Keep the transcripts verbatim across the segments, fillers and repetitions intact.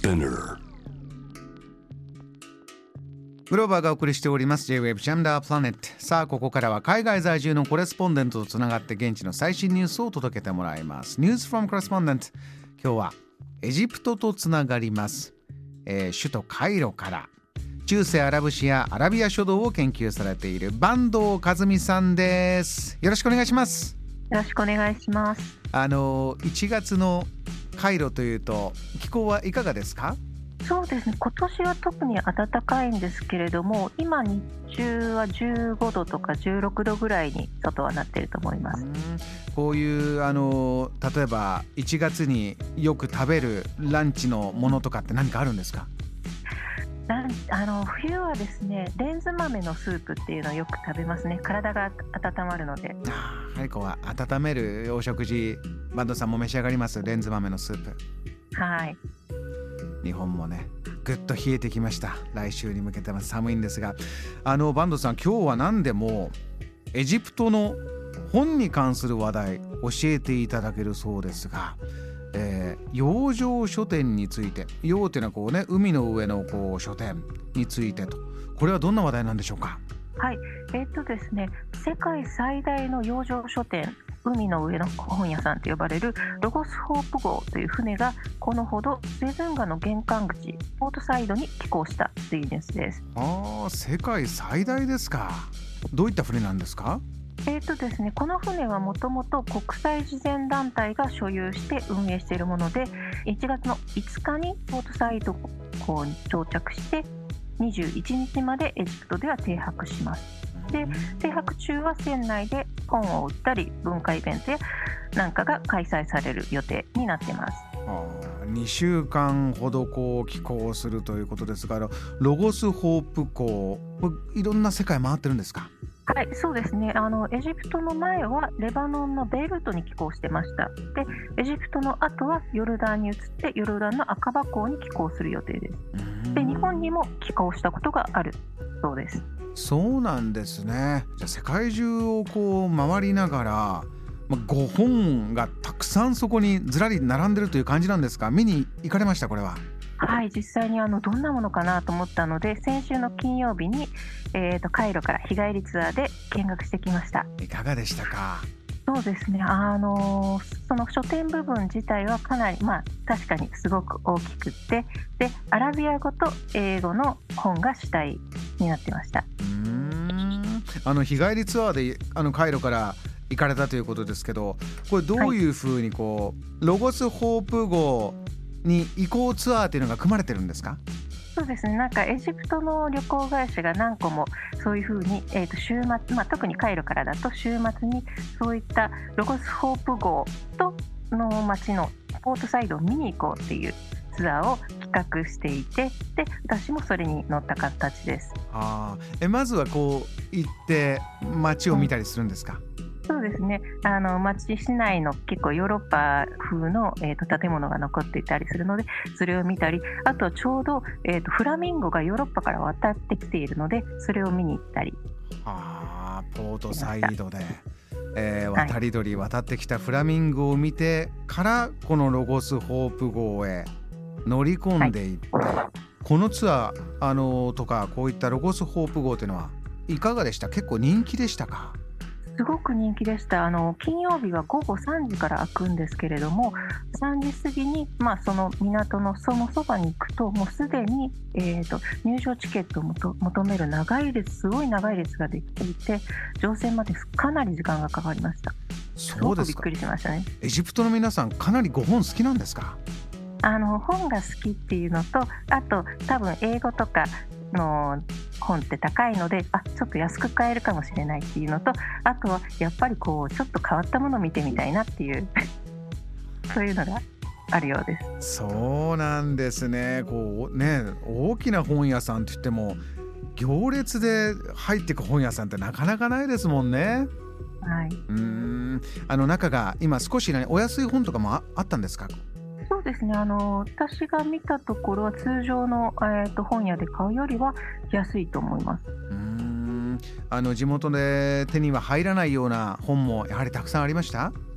Spinner。 グローバーがお送りしております J-Wave Jam the Planet。 さあここからは海外在住のコレスポンデントとつながって現地の最新ニュースを届けてもらいます。 News from Correspondent。 今日はエジプトとつながります、えー、首都カイロから中世アラブ史やアラビア書道を研究されている坂東和美さんです。よろしくお願いします。 よろしくお願いします。 あのいちがつのカイロというと気候はいかがですか？ そうですね、今年は特に暖かいんですけれども、今日中はじゅうごどとかじゅうろくどぐらいに外はなっていると思います。 うん、こういうあの例えばいちがつによく食べるランチのものとかって何かあるんですか？ ランあの冬はですね、レンズ豆のスープっていうのをよく食べますね。体が温まるので。 ああ、はい、こう温めるお食事、バンドさんも召し上がります？レンズ豆のスープ。 はい。 日本もねぐっと冷えてきました。来週に向けては寒いんですが、あのバンドさん、今日は何でもエジプトの本に関する話題教えていただけるそうですが、えー、洋上書店について、洋っていうのはこうね、海の上のこう書店についてと、これはどんな話題なんでしょうか？ はい、えーっとですね、世界最大の洋上書店、海の上の本屋さんと呼ばれるロゴスホープ号という船がこのほどスエズ運河の玄関口ポートサイドに寄港したというニュースです。 ああ、世界最大ですか。どういった船なんですか？ えーとですね、この船はもともと国際慈善団体が所有して運営しているもので、いちがつのいつかにポートサイド港に到着してにじゅういちにちまでエジプトでは停泊します。で、停泊中は船内で本を売ったり文化イベントやなんかが開催される予定になっています。 あ、にしゅうかんほどこう寄港するということですが、ロゴスホープ港、いろんな世界回ってるんですか？ はい、そうですね。あのエジプトの前はレバノンのベイルートに寄港してました。で、エジプトの後はヨルダンに移ってヨルダンのアカバ港に寄港する予定です。で、日本にも寄港したことがあるそうです。 そうなんですね。じゃあ世界中をこう回りながら、まあ、ごほんがたくさんそこにずらり並んでるという感じなんですか？見に行かれました？これは。 はい、実際にあのどんなものかなと思ったので、先週の金曜日に、えー、とカイロから日帰りツアーで見学してきました。 いかがでしたか？ そうですね、あのー、その書店部分自体はかなり、まあ、確かにすごく大きくって、でアラビア語と英語の本が主体になってました。 うーん、あの日帰りツアーであのカイロから行かれたということですけど、これどういうふうにこう、はい、ロゴスホープ号に移行ツアーというのが組まれてるんですか？ そうですね、なんかエジプトの旅行会社が何個もそういうふうに、えーと週末、まあ、特にカイロからだと週末にそういったロゴスホープ号との街のポートサイドを見に行こうっていうツアーを企画していて、で私もそれに乗った形です。 あ、えまずはこう行って街を見たりするんですか？うん、 そうですね、あの町市内の結構ヨーロッパ風の、えー、と建物が残っていたりするので、それを見たり、あとちょうど、えー、とフラミンゴがヨーロッパから渡ってきているので、それを見に行ったり。 あ、ポートサイドで、えー、渡り鳥渡ってきたフラミンゴを見てからこのロゴスホープ号へ乗り込んでいって、はい、このツアー、あのー、とかこういったロゴスホープ号というのはいかがでした？結構人気でしたか？ すごく人気でした。あの金曜日はごごさんじから開くんですけれども、さんじ過ぎに、まあ、その港のそのそばに行くともうすでに、えーと、入場チケットをもと求める長い列、すごい長い列ができていて、乗船までかなり時間がかかりました。 そうですか。 すごくびっくりしましたね。 エジプトの皆さんかなりご本好きなんですか？ あの本が好きっていうのと、あと多分英語とかの本って高いので、あ、ちょっと安く買えるかもしれないっていうのと、あとはやっぱりこうちょっと変わったものを見てみたいなっていうそういうのがあるようです。 そうなんですね。こうね、大きな本屋さんって言っても行列で入っていく本屋さんってなかなかないですもんね。 はい、 うーん、あの中が今少し、ね、お安い本とかも あ, あったんですか？ そうですね、あの私が見たところは通常の、えー、と本屋で買うよりは安いと思います。 うーん、あの地元で手には入らないような本もやはりたくさんありました？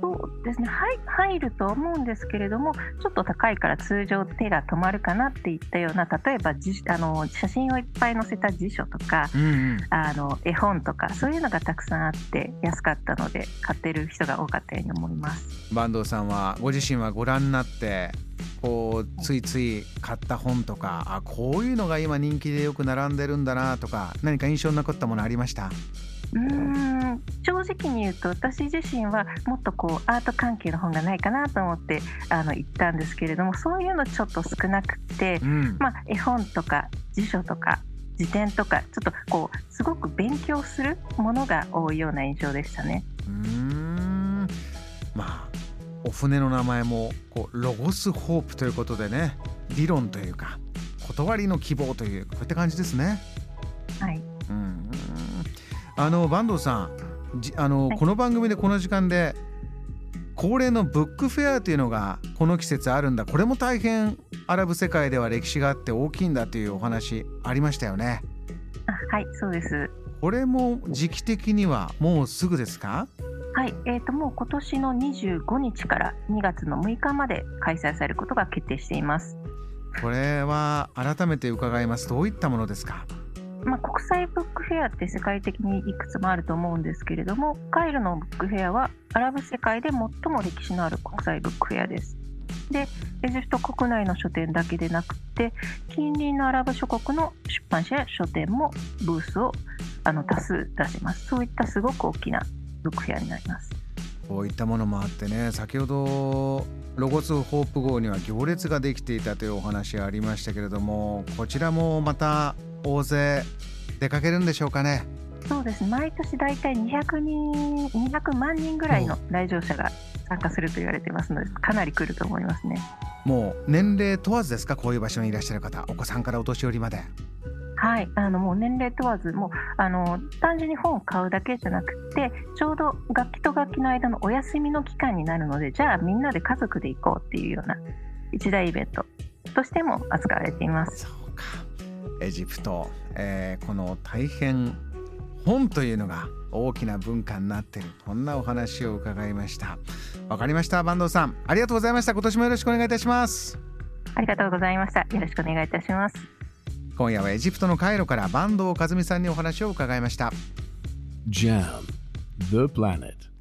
そうですね、はい、入ると思うんですけれども、ちょっと高いから通常手が止まるかなっていったような、例えばじあの写真をいっぱい載せた辞書とか、 うんうん、 あの絵本とか、そういうのがたくさんあって安かったので買ってる人が多かったように思います。 坂東さんはご自身はご覧になってこうついつい買った本とか、あ、こういうのが今人気でよく並んでるんだなとか、何か印象に残ったものありました？ うーん正直に言うと、私自身はもっとこうアート関係の本がないかなと思ってあの行ったんですけれども、そういうのちょっと少なくて、 うん、 まあ、絵本とか辞書とか辞典とか、ちょっとこうすごく勉強するものが多いような印象でしたね。 うーんまあお船の名前もこうロゴスホープということでね、理論というか断りの希望というこういった感じですね。 はい、 うん、あの坂東さん、じあの、はい、この番組でこの時間で恒例のブックフェアというのがこの季節あるんだ、これも大変アラブ世界では歴史があって大きいんだというお話ありましたよね。 あ、はい、そうです。 これも時期的にはもうすぐですか？ はい、えーと、もう今年のにじゅうごにちからにがつのむいかまで開催されることが決定しています。 これは改めて伺います。どういったものですか？ まあ、国際ブックフェアって世界的にいくつもあると思うんですけれども、カイロのブックフェアはアラブ世界で最も歴史のある国際ブックフェアです。で、エジプト国内の書店だけでなくて、近隣のアラブ諸国の出版社や書店もブースをあの多数出します。そういったすごく大きなブックフェアになります。 こういったものもあってね、先ほどロゴスホープ号には行列ができていたというお話ありましたけれども、こちらもまた大勢出かけるんでしょうかね？ そうですね、毎年だいたいにひゃくにんにひゃくまんにんぐらいの来場者が参加すると言われていますので、かなり来ると思いますね。 もう年齢問わずですか？こういう場所にいらっしゃる方、お子さんからお年寄りまで。 はい、あのもう年齢問わず、もうあの単純に本を買うだけじゃなくて、ちょうど楽器と楽器の間のお休みの期間になるので、じゃあみんなで家族で行こうっていうような一大イベントとしても扱われています。 そうか、エジプト、えー、この大変本というのが大きな文化になっている、こんなお話を伺いました。わかりました。坂東さん、ありがとうございました。今年もよろしくお願いいたします。 ありがとうございました。よろしくお願いいたします。 今夜はエジプトのカイロから坂東和美さんにお話を伺いました。 ジャム The Planet